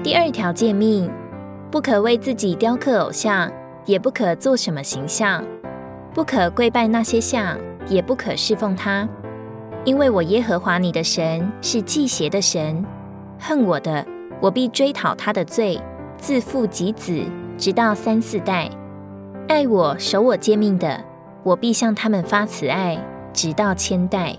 第二条诫命，不可为自己雕刻偶像，也不可做什么形象，不可跪拜那些像，也不可侍奉他。因为我耶和华你的神是忌邪的神，恨我的，我必追讨他的罪，自父及子，直到3、4代；爱我守我诫命的，我必向他们发慈爱，直到1000代。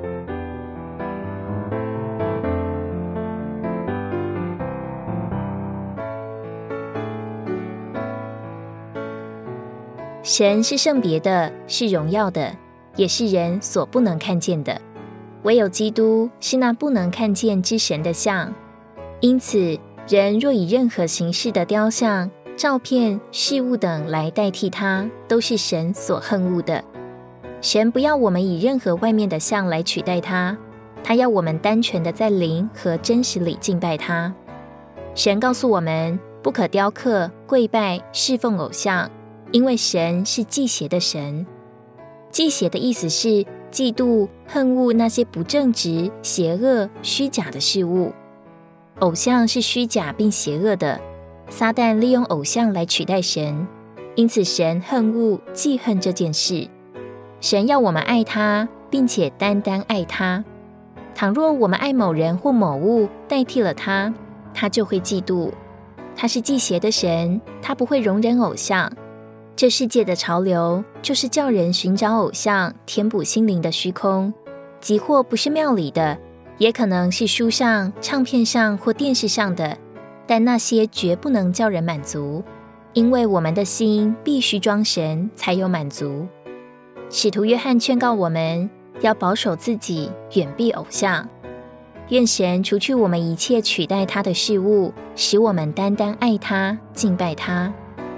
神是圣别的，是荣耀的，也是人所不能看见的。唯有基督是那不能看见之神的像。因此，人若以任何形式的雕像、照片、事物等来代替他，都是神所恨恶的。神不要我们以任何外面的像来取代他，他要我们单纯的在灵和真实里敬拜他。神告诉我们，不可雕刻、跪拜、侍奉偶像，因为神是忌邪的神。忌邪的意思是嫉妒、恨恶那些不正直、邪恶、虚假的事物。偶像是虚假并邪恶的，撒旦利用偶像来取代神，因此神恨恶、记恨这件事。神要我们爱他，并且单单爱他。倘若我们爱某人或某物代替了他，他就会嫉妒。他是忌邪的神，他不会容忍偶像。这世界的潮流就是叫人寻找偶像，填补心灵的虚空，即或不是庙里的，也可能是书上、唱片上或电视上的，但那些绝不能叫人满足，因为我们的心必须装神，才有满足。使徒约翰劝告我们要保守自己，远避偶像。愿神除去我们一切取代他的事物，使我们单单爱他，敬拜他。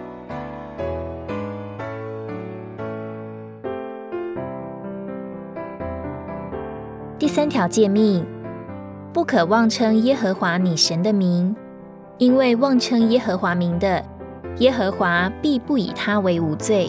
第3条诫命，不可妄称耶和华你神的名，因为妄称耶和华名的，耶和华必不以他为无罪。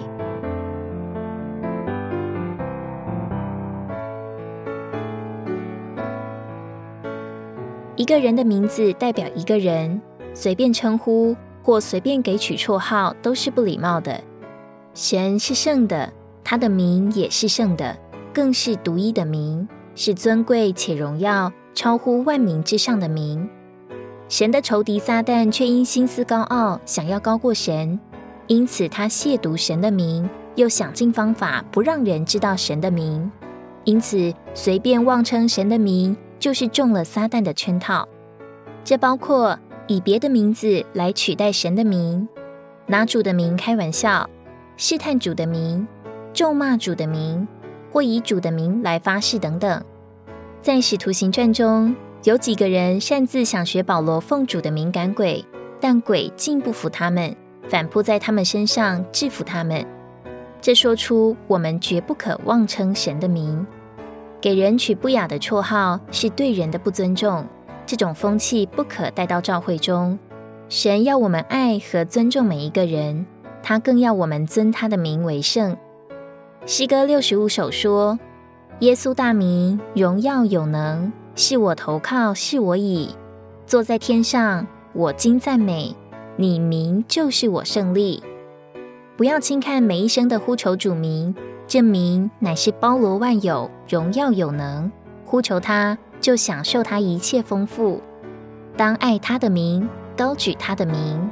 一个人的名字代表一个人，随便称呼或随便给取绰号都是不礼貌的。神是圣的，他的名也是圣的，更是独一的名，是尊贵且荣耀，超乎万民之上的名。神的仇敌撒旦却因心思高傲，想要高过神，因此他亵渎神的名，又想尽方法不让人知道神的名。因此随便妄称神的名，就是中了撒旦的圈套。这包括以别的名字来取代神的名，拿主的名开玩笑，试探主的名，咒骂主的名，或以主的名来发誓等等。在使徒行传中，有几个人擅自想学保罗奉主的名赶鬼，但鬼竟不服他们，反扑在他们身上制服他们。这说出我们绝不可妄称神的名。给人取不雅的绰号是对人的不尊重，这种风气不可带到教会中。神要我们爱和尊重每一个人，他更要我们尊他的名为圣。诗歌65首说，耶稣大名荣耀有能，是我投靠，是我倚。坐在天上，我今赞美你名，就是我胜利。不要轻看每一声的呼求主名，这名乃是包罗万有，荣耀有能，呼求他就享受他一切丰富。当爱他的名，高举他的名。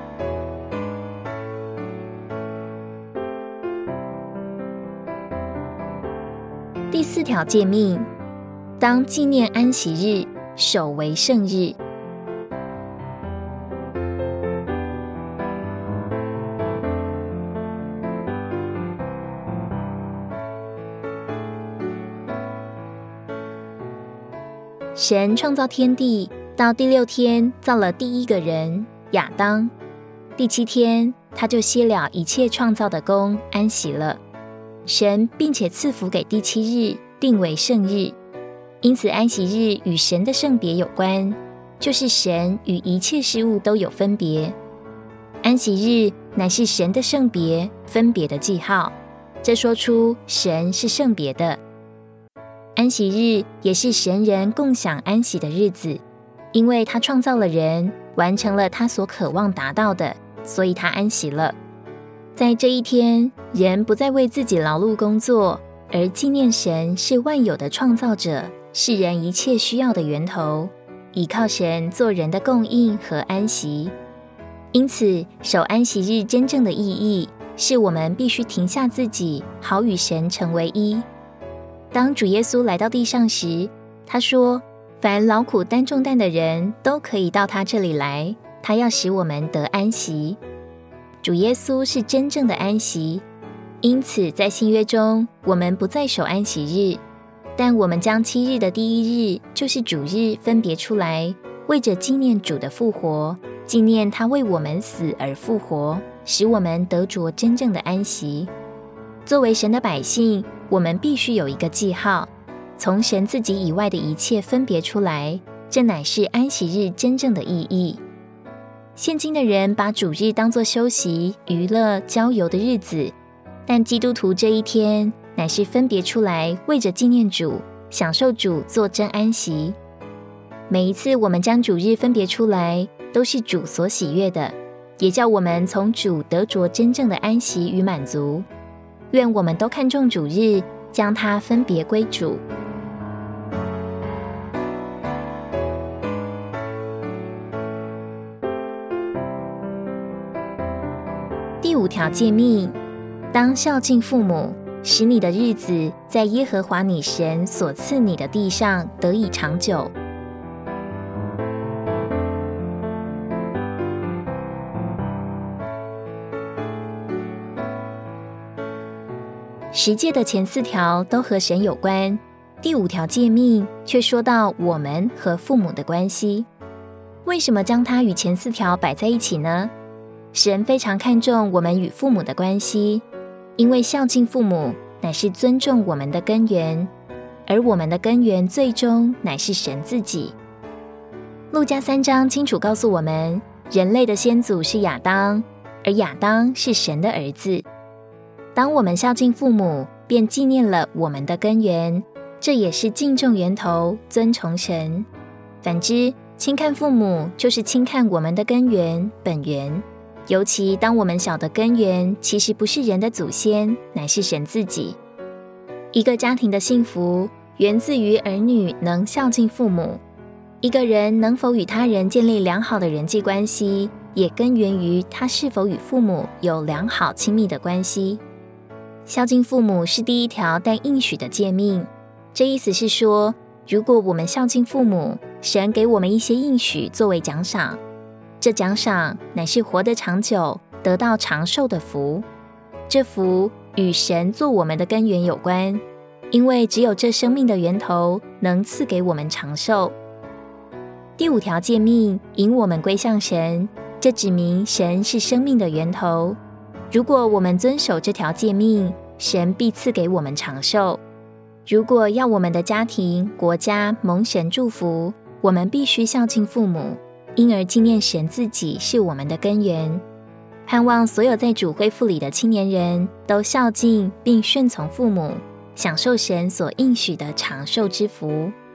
第4条诫命，当纪念安息日，守为圣日。神创造天地，到第6天造了第一个人亚当，第7天他就歇了一切创造的工，安息了。神并且赐福给第7日，定为圣日。因此安息日与神的圣别有关，就是神与一切事物都有分别。安息日乃是神的圣别、分别的记号，这说出神是圣别的。安息日也是神人共享安息的日子，因为他创造了人， 完成了他所渴望达到的，所以他安息了。在这一天，人不再为自己劳碌工作，而纪念神是万有的创造者，是人一切需要的源头，依靠神做人的供应和安息。因此，守安息日真正的意义，是我们必须停下自己，好与神成为一。当主耶稣来到地上时，他说：凡劳苦担重担的人都可以到他这里来，他要使我们得安息。主耶稣是真正的安息，因此在新约中，我们不再守安息日，但我们将7日的第一日，就是主日分别出来，为着纪念主的复活，纪念他为我们死而复活，使我们得着真正的安息。作为神的百姓，我们必须有一个记号，从神自己以外的一切分别出来，这乃是安息日真正的意义。现今的人把主日当作休息、娱乐、郊游的日子，但基督徒这一天乃是分别出来，为着纪念主，享受主做真安息。每一次我们将主日分别出来，都是主所喜悦的，也叫我们从主得着真正的安息与满足。愿我们都看重主日，将它分别归主。第5条诫命，当孝敬父母，使你的日子在耶和华你神所赐你的地上得以长久。10诫的前4条都和神有关，第5条诫命却说到我们和父母的关系。为什么将它与前4条摆在一起呢？神非常看重我们与父母的关系，因为孝敬父母乃是尊重我们的根源，而我们的根源最终乃是神自己。路加3章清楚告诉我们，人类的先祖是亚当，而亚当是神的儿子。当我们孝敬父母，便纪念了我们的根源，这也是敬重源头，尊崇神。反之，轻看父母就是轻看我们的根源本源，尤其当我们晓得根源其实不是人的祖先，乃是神自己。一个家庭的幸福源自于儿女能孝敬父母，一个人能否与他人建立良好的人际关系，也根源于他是否与父母有良好亲密的关系。孝敬父母是第1条但应许的诫命，这意思是说，如果我们孝敬父母，神给我们一些应许作为奖赏，这奖赏乃是活得长久，得到长寿的福。这福与神做我们的根源有关，因为只有这生命的源头能赐给我们长寿。第5条诫命引我们归向神，这指明神是生命的源头。如果我们遵守这条诫命，神必赐给我们长寿。如果要我们的家庭、国家蒙神祝福，我们必须孝敬父母，因而纪念神自己是我们的根源。盼望所有在主恢复里的青年人都孝敬并顺从父母，享受神所应许的长寿之福。